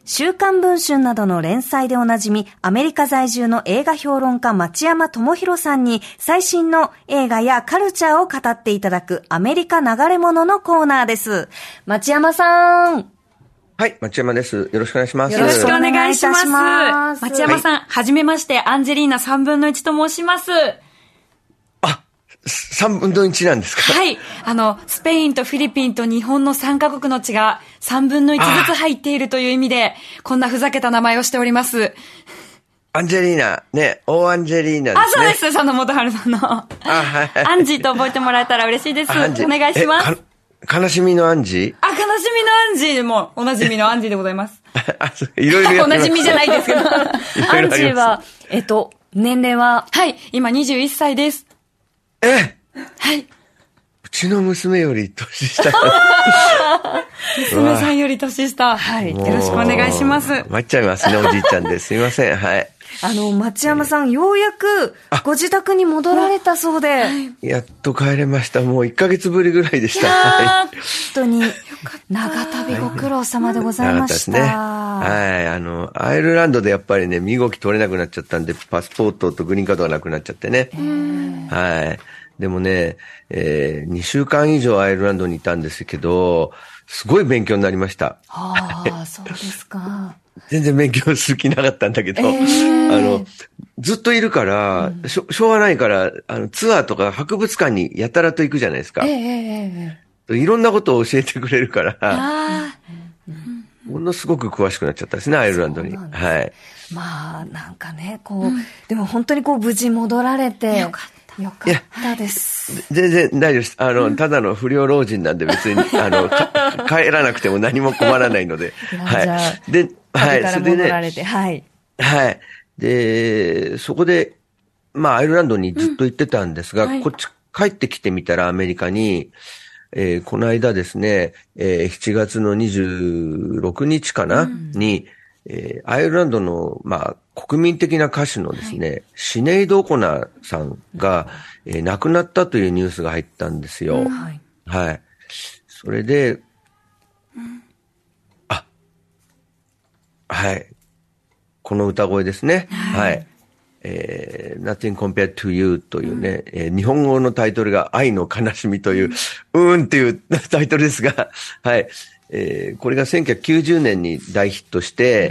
週刊文春などの連載でおなじみ、アメリカ在住の映画評論家町山智博さんに最新の映画やカルチャーを語っていただくアメリカ流れ物のコーナーです。町山さん。 はい、町山です。よろしくお願いします。 よろしくお願いします。町山さん、はい、はじめまして、アンジェリーナ3分の1と申します。 あ、3分の1なんですか？ はい。スペインとフィリピンと日本の3カ国の地が3分の1ずつ入っているという意味で、こんなふざけた名前をしております。 アンジェリーナ、ね、大アンジェリーナですね。 あ、そうです。佐野元春さんの。はい。アンジーと覚えてもらえたら嬉しいです。お願いします。 悲しみのアンジー？ 悲しみのアンジーも、おなじみのアンジーでございます。 いろいろやってます。 おなじみじゃないですけど。 アンジーは、年齢は？ はい、今21歳です。はい。 うちの娘より年下。 娘さんより年下。はい。よろしくお願いします。 待っちゃいますね、おじいちゃんです。すいません。はい。 町山さん、ようやくご自宅に戻られたそうで。 やっと帰れました。もう1ヶ月ぶりぐらいでした。 本当に、長旅ご苦労様でございました。ね、 はい。アイルランドでやっぱりね、身動き取れなくなっちゃったんで、パスポートとグリーンカードがなくなっちゃってね。はい。でもね、2週間以上アイルランドにいたんですけど、すごい勉強になりました。 ああ、そうですか。 全然勉強する気なかったんだけど、ずっといるから、しょうがないから、ツアーとか博物館にやたらと行くじゃないですか。いろんなことを教えてくれるから、ものすごく詳しくなっちゃったですね、アイルランドに。はい。 まあ、なんかね、でも本当に無事戻られて、よかったです。 全然大丈夫です。ただの不良老人なんで別に、帰らなくても何も困らないので。 はい。で、はい。それで戻られて、はい。 はい。で、そこで、まあ、アイルランドにずっと行ってたんですが、こっち帰ってきてみたらアメリカに、この間ですね、7月の26日かな、に、アイルランドの、まあ、国民的な歌手のですね、シネイド・オコナーさんが、亡くなったというニュースが入ったんですよ。はい。それで、はい。この歌声ですね。はい。Nothing Compared to You というね、日本語のタイトルが愛の悲しみという、っていうタイトルですが、はい。これが1990年に大ヒットして、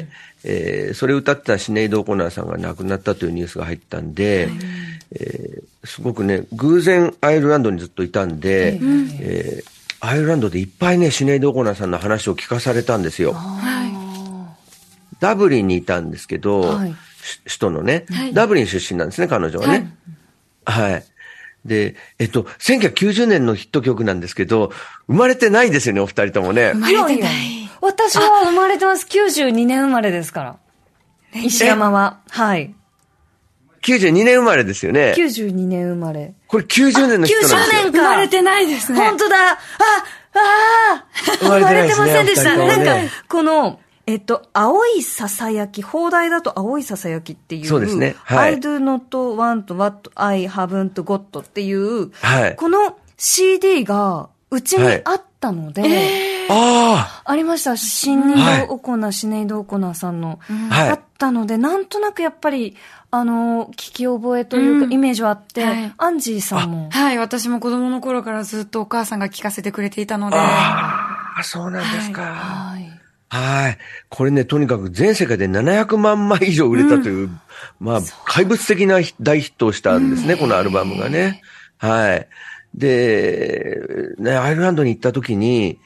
それを歌ってたシネイド・オコナーさんが亡くなったというニュースが入ったんで、すごくね、偶然アイルランドにずっといたんで、アイルランドでいっぱいね、シネイド・オコナーさんの話を聞かされたんですよ。ダブリンにいたんですけど、首都のね、ダブリン出身なんですね、彼女はね。はい。で、1990年のヒット曲なんですけど、生まれてないですよね、お二人ともね。 生まれてない。 私は生まれてます。92年生まれですから。石山は。はい。 92年生まれですよね。 92年生まれ。 これ90年の人なんですよ。 90年か。 生まれてないですね。 本当だ。生まれてませんでした。なんか、この、青いささやき、放題だと青いささやきっていう。 そうですね。はい。 I do not want what I haven't got っていう、はい。この CD がうちにあったので、ありました。シネイド・オコナーさんの、あったので、なんとなくやっぱり、聞き覚えというか、イメージはあって、アンジーさんも。 はい、私も子供の頃からずっとお母さんが聞かせてくれていたので。 そうなんですか。はい。これね、とにかく全世界で700万枚以上売れたという、まあ、怪物的な大ヒットをしたんですね、このアルバムがね。はい。で、ね、アイルランドに行った時に、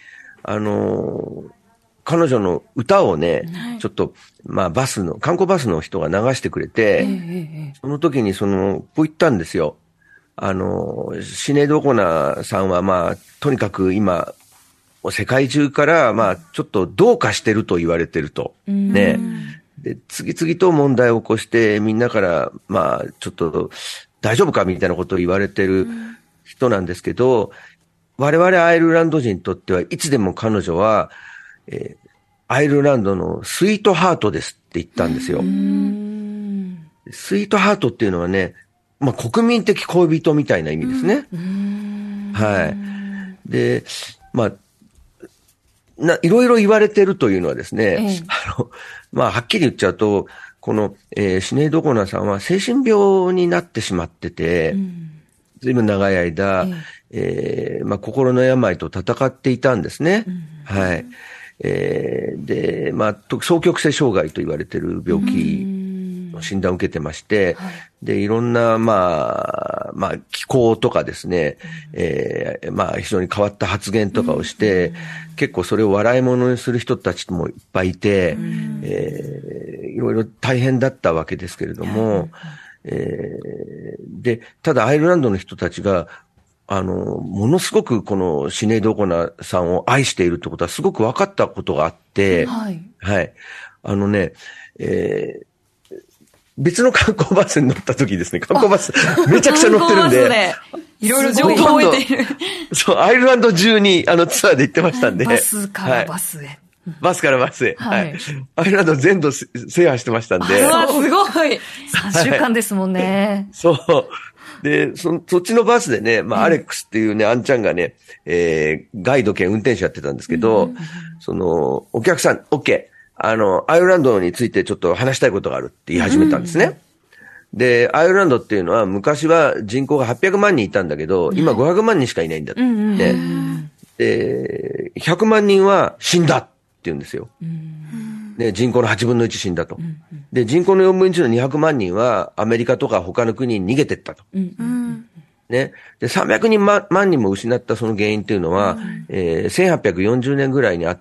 彼女の歌をね、ちょっと、まあ、観光バスの人が流してくれて、その時にこう言ったんですよ。シネイド・オコナーさんはまあ、とにかく今、世界中から、まあ、ちょっとどうかしてると言われてると。ね。で、次々と問題を起こして、みんなから、まあ、ちょっと、大丈夫かみたいなことを言われてる人なんですけど、我々アイルランド人にとってはいつでも彼女は、アイルランドのスイートハートですって言ったんですよ。スイートハートっていうのはね、まあ、国民的恋人みたいな意味ですね。はい。で、まあ、 いろいろ言われてるというのはですね、まあ、はっきり言っちゃうと、この、シネイド・オコナーさんは精神病になってしまってて、ずいぶん長い間、まあ、心の病と戦っていたんですね。はい。で、まあ、双極性障害と言われている病気の診断を受けてまして、で、いろんな、まあ、気候とかですね、まあ、非常に変わった発言とかをして、結構それを笑い物にする人たちもいっぱいいて、いろいろ大変だったわけですけれども、で、ただアイルランドの人たちが、ものすごくこのシネイド・オコナーさんを愛しているってことはすごく分かったことがあって、はい。別の観光バスに乗った時ですね、観光バスめちゃくちゃ乗ってるんで、 いろいろ情報を得ている。 そう、アイルランド中にツアーで行ってましたんで。 バスからバスへ。はい、 バスからバスへ。はい。アイルランド全土制覇してましたんで。 わ、すごい。 3週間ですもんね。 そう。で、そっちのバスでね、まあ、アレックスっていうね、あんちゃんがね、ガイド兼運転手やってたんですけど、お客さん、OK。アイルランドについてちょっと話したいことがあるって言い始めたんですね。で、アイルランドっていうのは昔は人口が800万人いたんだけど、今500万人しかいないんだって。で、100万人は死んだって言うんですよ。ね、人口の8分の1死んだと。で、人口の4分の1の200万人はアメリカとか他の国に逃げてったと。ね。で、300万人も失ったその原因っていうのは、1840年ぐらいにあった、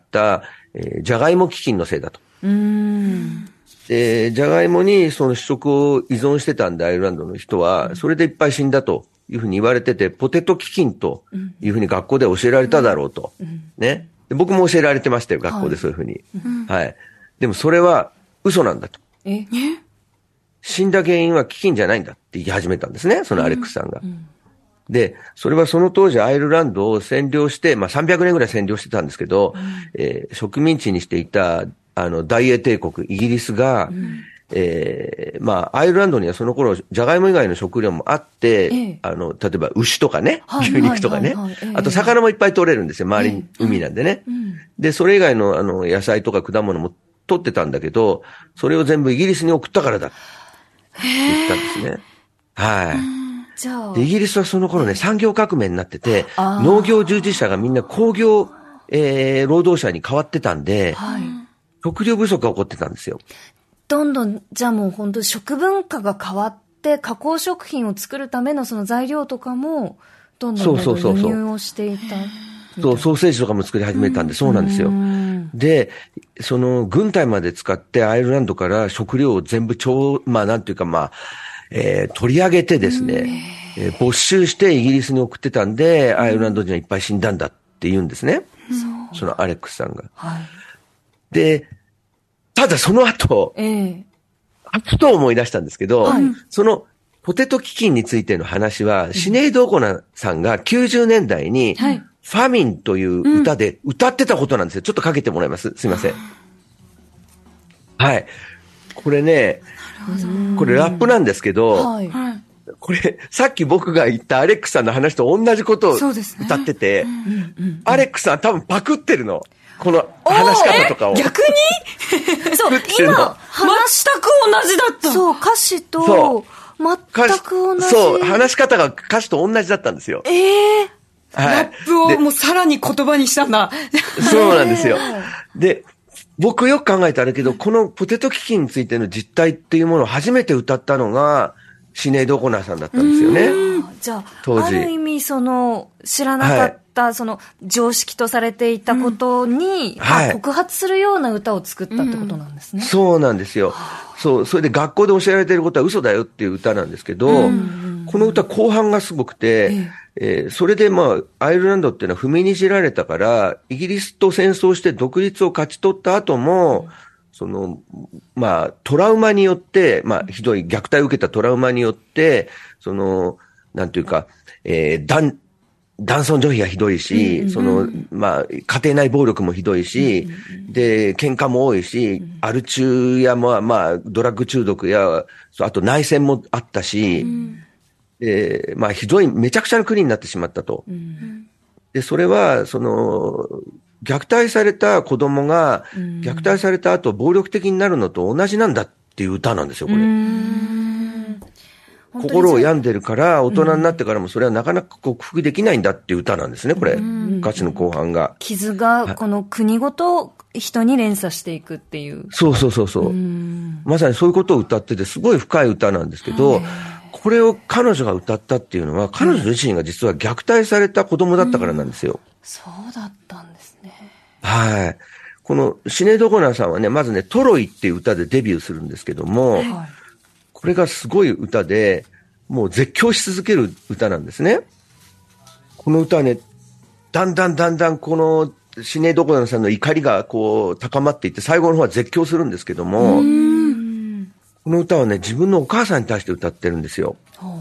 ジャガイモ飢饉のせいだと。で、ジャガイモにその主食を依存してたんで、アイルランドの人は、それでいっぱい死んだというふうに言われてて、ポテト飢饉というふうに学校で教えられただろうと。ね。で僕も教えられてましたよ、学校でそういうふうに。はい。でもそれは嘘なんだと。死んだ原因は飢饉じゃないんだって言い始めたんですね、そのアレックスさんが。で、それはその当時アイルランドを占領して、まあ300年ぐらい占領してたんですけど、植民地にしていた、大英帝国、イギリスが、まあ、アイルランドにはその頃、ジャガイモ以外の食料もあって、例えば牛とかね、牛肉とかね、あと魚もいっぱい取れるんですよ、周りに海なんでね。で、それ以外の野菜とか果物も取ってたんだけど、それを全部イギリスに送ったからだって言ったんですね。はい。でイギリスはその頃ね、産業革命になってて、農業従事者がみんな工業、労働者に変わってたんで、食料不足が起こってたんですよ。 どんどん、じゃあもう本当に食文化が変わって、加工食品を作るためのその材料とかも、どんどん輸入をしていた。 そう、ソーセージとかも作り始めたんで、そうなんですよ。で、その軍隊まで使ってアイルランドから食料を全部まあなんていうかまあ、取り上げてですね、没収してイギリスに送ってたんで、アイルランド人はいっぱい死んだんだって言うんですね。そのアレックスさんが。で、ただその後、ふと思い出したんですけど、そのポテト飢饉についての話は、シネイド・オコナーさんが90年代に、ファミンという歌で歌ってたことなんですよ。ちょっとかけてもらえます？すいません。はい。これね、これラップなんですけど、これ、さっき僕が言ったアレックスさんの話と同じことを歌ってて、アレックスさん多分パクってるの。この話し方とかを。 逆にそう、今、 全く同じだった。 そう、歌詞と、全く同じ。 そう、話し方が歌詞と同じだったんですよ。 ラップをもうさらに言葉にしたんだ。 そうなんですよ。で、僕よく考えたんだけど、このポテト飢饉についての実態っていうものを初めて歌ったのが、シネイド・オコナーさんだったんですよね。 じゃあ、ある意味知らなかった、常識とされていたことに、告発するような歌を作ったってことなんですね。 そうなんですよ。そう、それで学校で教えられていることは嘘だよっていう歌なんですけど、この歌後半がすごくて、それでまあ、アイルランドっていうのは踏みにじられたから、イギリスと戦争して独立を勝ち取った後も、まあ、トラウマによって、まあ、ひどい虐待を受けたトラウマによって、なんていうか、男尊女卑がひどいし、まあ、家庭内暴力もひどいし、で、喧嘩も多いし、アル中やまあ、ドラッグ中毒や、あと内戦もあったし、まあ、ひどい、めちゃくちゃな国になってしまったと。で、それは、 虐待された子供が、虐待された後暴力的になるのと同じなんだっていう歌なんですよ、これ。心を病んでるから、大人になってからもそれはなかなか克服できないんだっていう歌なんですね、これ。歌詞の後半が。 傷が、この国ごと人に連鎖していくっていう。 そうそうそうそう。まさにそういうことを歌ってて、すごい深い歌なんですけど、これを彼女が歌ったっていうのは、彼女自身が実は虐待された子供だったからなんですよ。 そうだったんですね。 はい。このシネード・オコナーさんはね、まずね、トロイっていう歌でデビューするんですけども、これがすごい歌で、もう絶叫し続ける歌なんですね。この歌はね、だんだんこのシネード・オコナーさんの怒りがこう高まっていって、最後の方は絶叫するんですけども、この歌はね、自分のお母さんに対して歌ってるんですよ。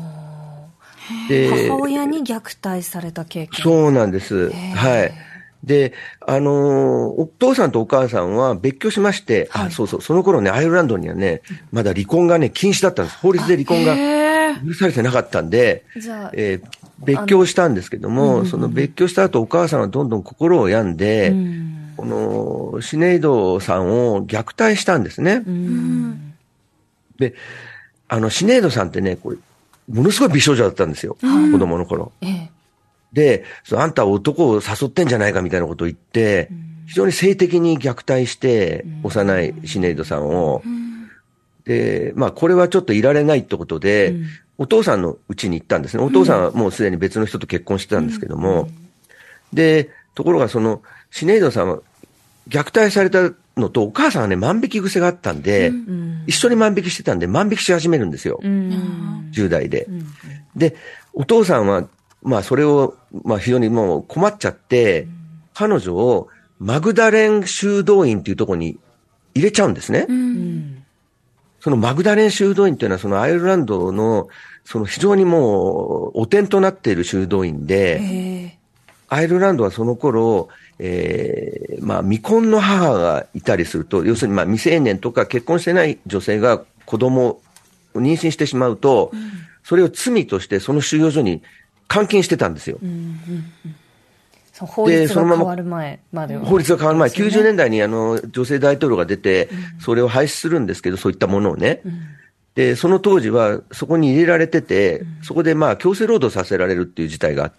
で、母親に虐待された経験。 そうなんです。はい。で、お父さんとお母さんは別居しまして、そうそう、その頃ね、アイルランドにはね、まだ離婚がね、禁止だったんです。法律で離婚が許されてなかったんで、別居したんですけども、その別居した後、お母さんはどんどん心を病んで、このシネイドさんを虐待したんですね。で、シネイドさんってね、これ、ものすごい美少女だったんですよ。子供の頃。で、あんたは男を誘ってんじゃないかみたいなことを言って、非常に性的に虐待して、幼いシネイドさんを。で、まあ、これはちょっといられないってことで、お父さんの家に行ったんですね。お父さんはもうすでに別の人と結婚してたんですけども。で、ところがシネイドさんは虐待されたのと、お母さんはね、万引き癖があったんで、一緒に万引きしてたんで、万引きし始めるんですよ。10代で。で、お父さんは、まあそれを、まあ非常にもう困っちゃって、彼女をマグダレン修道院っていうところに入れちゃうんですね。そのマグダレン修道院っていうのはそのアイルランドのその非常にもう汚点となっている修道院で、アイルランドはその頃、まあ未婚の母がいたりすると、要するにまあ未成年とか結婚してない女性が子供を妊娠してしまうと、それを罪としてその収容所に監禁してたんですよ。 法律が変わる前までは。 法律が変わる前、90年代に女性大統領が出て、それを廃止するんですけど、そういったものをね。で、その当時はそこに入れられてて、そこでまあ強制労働させられるっていう事態があって、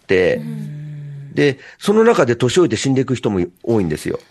で、その中で年老いて死んでいく人も多いんですよ。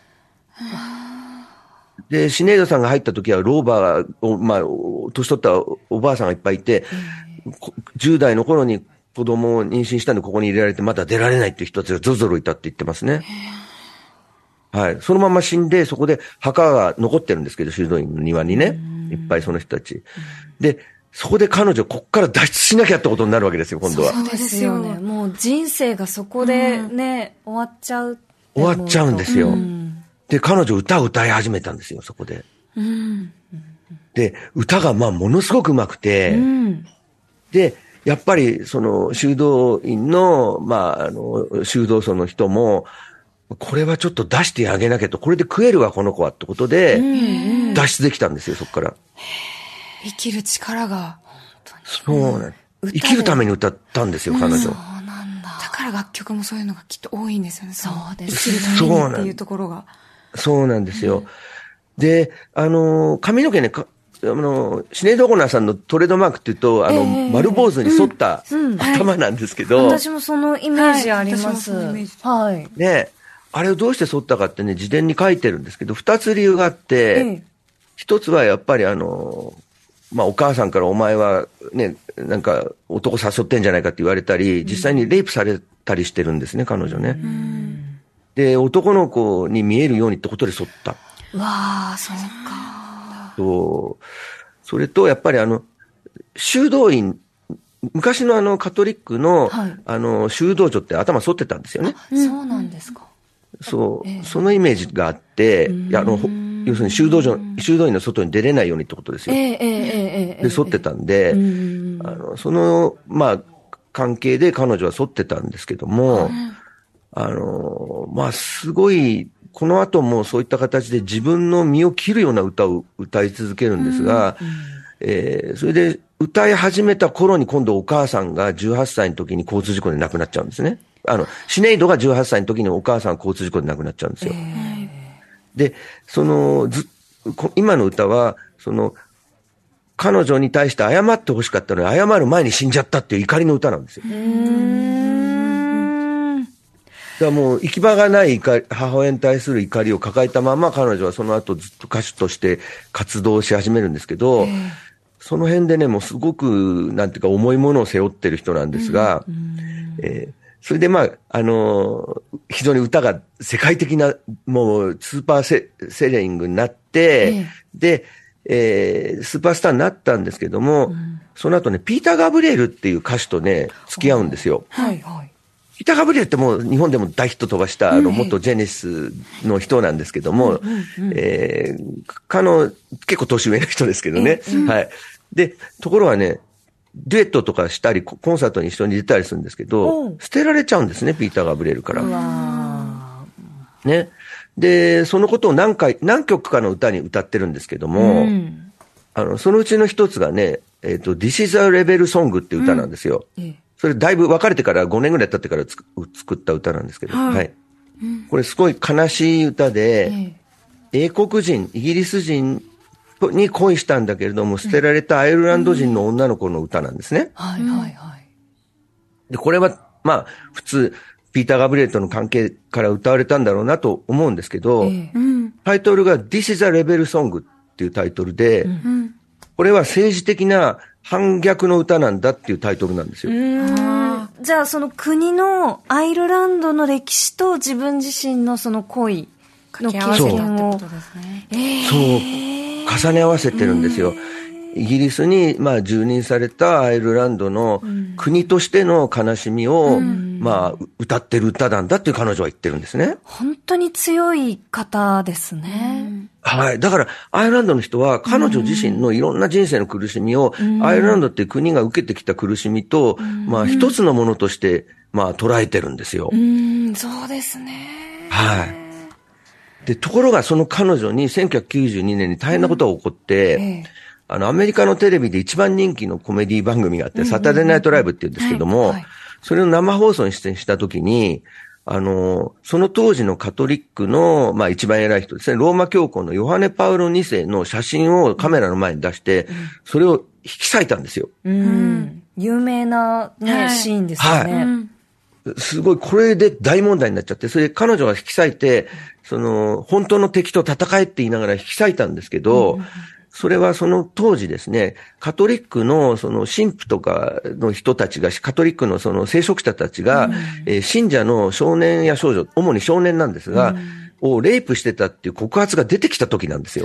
で、シネイドさんが入った時は老婆を、まあ、年取ったおばあさんがいっぱいいて、10代の頃に子供を妊娠したんでここに入れられてまだ出られないっていう人たちがぞろぞろいたって言ってますね。はい。そのまま死んで、そこで墓が残ってるんですけど、修道院の庭にね。いっぱいその人たち。で、そこで彼女、こっから脱出しなきゃってことになるわけですよ、今度は。 そうですよね。もう人生がそこでね、終わっちゃう。 終わっちゃうんですよ。で、彼女歌を歌い始めたんですよ、そこで。で、歌がまあものすごく上手くて、で、やっぱりその修道院の、まあ、修道僧の人も、これはちょっと出してあげなきゃと、これで食えるわ、この子はってことで、脱出できたんですよ、そこから。 生きる力が。 そうなん。生きるために歌ったんですよ、彼女。 そうなんだ。だから楽曲もそういうのがきっと多いんですよね。 そうです。 生きるためにっていうところが。 そうなんですよ。で、髪の毛ね、シネイド・オコナーさんのトレードマークっていうと、丸坊主に沿った頭なんですけど。 私もそのイメージあります。はい。 ね、あれをどうして沿ったかってね、自伝に書いてるんですけど、2つ理由があって、1つはやっぱりまあ、お母さんからお前はね、なんか男誘ってんじゃないかって言われたり、実際にレイプされたりしてるんですね、彼女ね。で、男の子に見えるようにってことで沿った。 うわー、そうか。 それと、やっぱり修道院、昔のカトリックの、修道女って頭反ってたんですよね。 そうなんですか。 そう、そのイメージがあって、要するに修道院の外に出れないようにってことですよ。で、反ってたんで、その、まあ、関係で彼女は反ってたんですけども、まあ、すごい、この後もそういった形で自分の身を切るような歌を歌い続けるんですが、それで歌い始めた頃に今度お母さんが18歳の時に交通事故で亡くなっちゃうんですね。 シネイドが18歳の時にお母さん交通事故で亡くなっちゃうんですよ。で、今の歌は、彼女に対して謝ってほしかったのに、謝る前に死んじゃったっていう怒りの歌なんですよ。だからもう行き場がない怒り、母親に対する怒りを抱えたまま彼女はその後ずっと歌手として活動し始めるんですけど、その辺でね、もうすごく、なんていうか重いものを背負ってる人なんですが、それで非常に歌が世界的な、もうスーパーセレイングになって、で、スーパースターになったんですけども、その後ね、ピーター・ガブリエルっていう歌手とね、付き合うんですよ。ピーター・ガブリエルってもう日本でも大ヒット飛ばした元ジェネシスの人なんですけども、結構年上の人ですけどね。はい。で、ところはね、デュエットとかしたり、コンサートに一緒に出たりするんですけど、捨てられちゃうんですね、ピーター・ガブリエルから。ね。で、そのことを何曲かの歌に歌ってるんですけども、そのうちの一つがね、This is a Rebel Song って歌なんですよ。それだいぶ別れてから5年ぐらい経ってから作った歌なんですけど、はい。これすごい悲しい歌で、英国人、イギリス人に恋したんだけれども、捨てられたアイルランド人の女の子の歌なんですね。で、これは、普通、ピーター・ガブリエルとの関係から歌われたんだろうなと思うんですけど、タイトルが This is a Rebel Song っていうタイトルで、これは政治的な反逆の歌なんだっていうタイトルなんですよ。 じゃあその国のアイルランドの歴史と自分自身のその恋の経験を、そう重ね合わせてるんですよ。イギリスに蹂躙されたアイルランドの国としての悲しみを歌ってる歌なんだっていう彼女は言ってるんですね。 本当に強い方ですね。 はい。だからアイルランドの人は彼女自身のいろんな人生の苦しみをアイルランドっていう国が受けてきた苦しみと一つのものとして捉えてるんですよ。 そうですね。 はい。で、ところがその彼女に1992年に大変なことが起こって、アメリカのテレビで一番人気のコメディ番組があって、サタデーナイトライブって言うんですけども、それの生放送に出演したときに、その当時のカトリックの、一番偉い人ですね、ローマ教皇のヨハネ・パウロ2世の写真をカメラの前に出して、それを引き裂いたんですよ。 有名な、シーンですよね。 すごい、これで大問題になっちゃって、それで彼女が引き裂いて、本当の敵と戦えって言いながら引き裂いたんですけど、それはその当時ですね、カトリックの神父とかの人たちが、カトリックの聖職者たちが、信者の少年や少女、主に少年なんですが、をレイプしてたっていう告発が出てきた時なんですよ。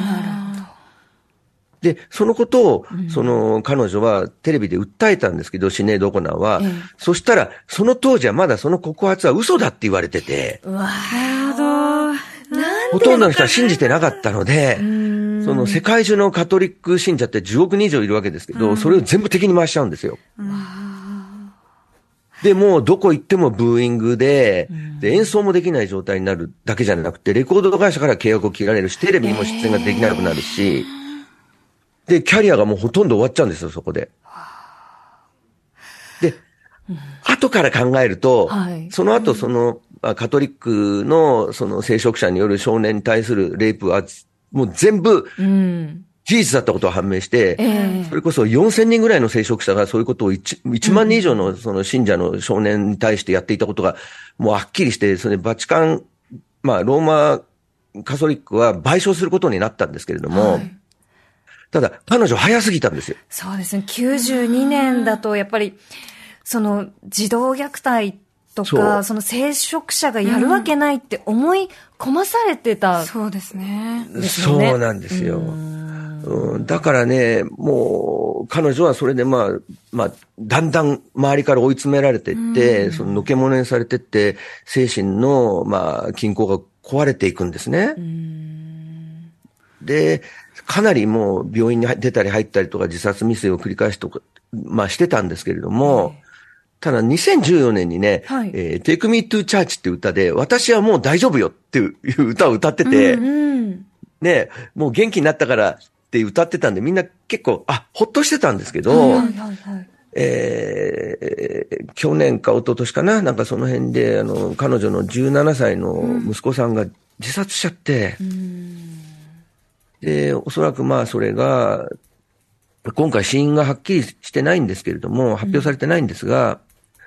で、そのことを、彼女はテレビで訴えたんですけど、シネイド・オコナーは、そしたら、その当時はまだその告発は嘘だって言われてて、ほとんどの人は信じてなかったので、世界中のカトリック信者って10億人以上いるわけですけど、それを全部敵に回しちゃうんですよ。で、もうどこ行ってもブーイングで、演奏もできない状態になるだけじゃなくて、レコード会社から契約を切られるし、テレビにも出演ができなくなるし、で、キャリアがもうほとんど終わっちゃうんですよ、そこで。で、後から考えると、その後カトリックの聖職者による少年に対するレイプは、もう全部、事実だったことが判明して、それこそ4000人ぐらいの聖職者がそういうことを1万人以上の信者の少年に対してやっていたことが、もうはっきりして、バチカン、ローマカトリックは賠償することになったんですけれども、ただ、彼女早すぎたんですよ。 そうですね。92年だと、やっぱり、児童虐待とか、聖職者がやるわけないって思い込まされてた。 そうですね。 そうなんですよ。だからね、もう、彼女はそれでだんだん周りから追い詰められていって、のけものにされていって、精神の、均衡が壊れていくんですね。で、かなりもう病院に出たり入ったりとか自殺未遂を繰り返しとか、してたんですけれども、ただ2014年にね、Take Me to Church って歌で、私はもう大丈夫よっていう歌を歌ってて、ね、もう元気になったからって歌ってたんで、みんな結構、ほっとしてたんですけど、 去年か一昨年かな、なんかその辺で、彼女の17歳の息子さんが自殺しちゃって、で、おそらくまあそれが、今回死因がはっきりしてないんですけれども、発表されてないんですが、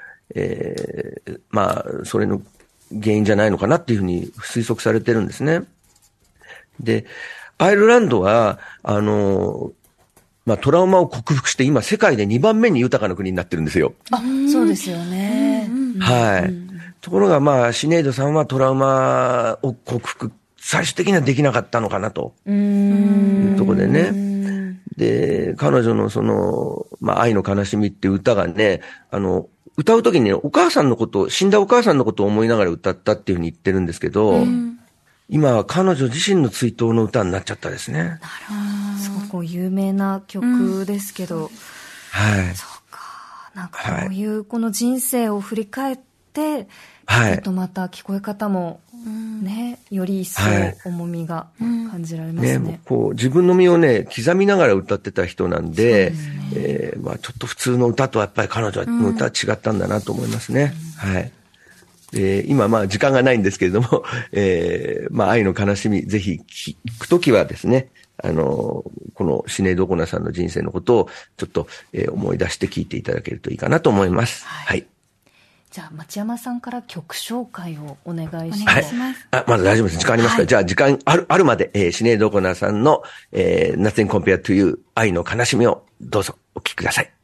まあ、それの原因じゃないのかなっていうふうに推測されてるんですね。で、アイルランドは、まあ、トラウマを克服して今世界で2番目に豊かな国になってるんですよ。 あ、そうですよね。 はい。ところがまあ、シネイドさんはトラウマを克服、最終的にはできなかったのかなと。いうところでね。で、彼女のその、まあ、愛の悲しみっていう歌がね、歌うときに、ね、お母さんのこと、死んだお母さんのことを思いながら歌ったっていうふうに言ってるんですけど、今は彼女自身の追悼の歌になっちゃったですね。なるほど。すごく有名な曲ですけど。 はい。 そうか。なんかこういうこの人生を振り返って、 はい。 また聞こえ方も、ね、より一層重みが感じられますね。 ね、こう自分の身をね、刻みながら歌ってた人なんで、まあちょっと普通の歌とはやっぱり彼女の歌は違ったんだなと思いますね。はい。今まあ時間がないんですけれども、まあ愛の悲しみ、ぜひ聞くときはですね、このシネイド・オコナーさんの人生のことをちょっと、思い出して聞いていただけるといいかなと思います。はい。 じゃあ町山さんから曲紹介をお願いします。 はい、 まだ大丈夫です。時間ありますから。じゃあ時間あるまで、シネイド・オコナーさんの、Nothing Compared to You 愛の悲しみをどうぞお聴きください。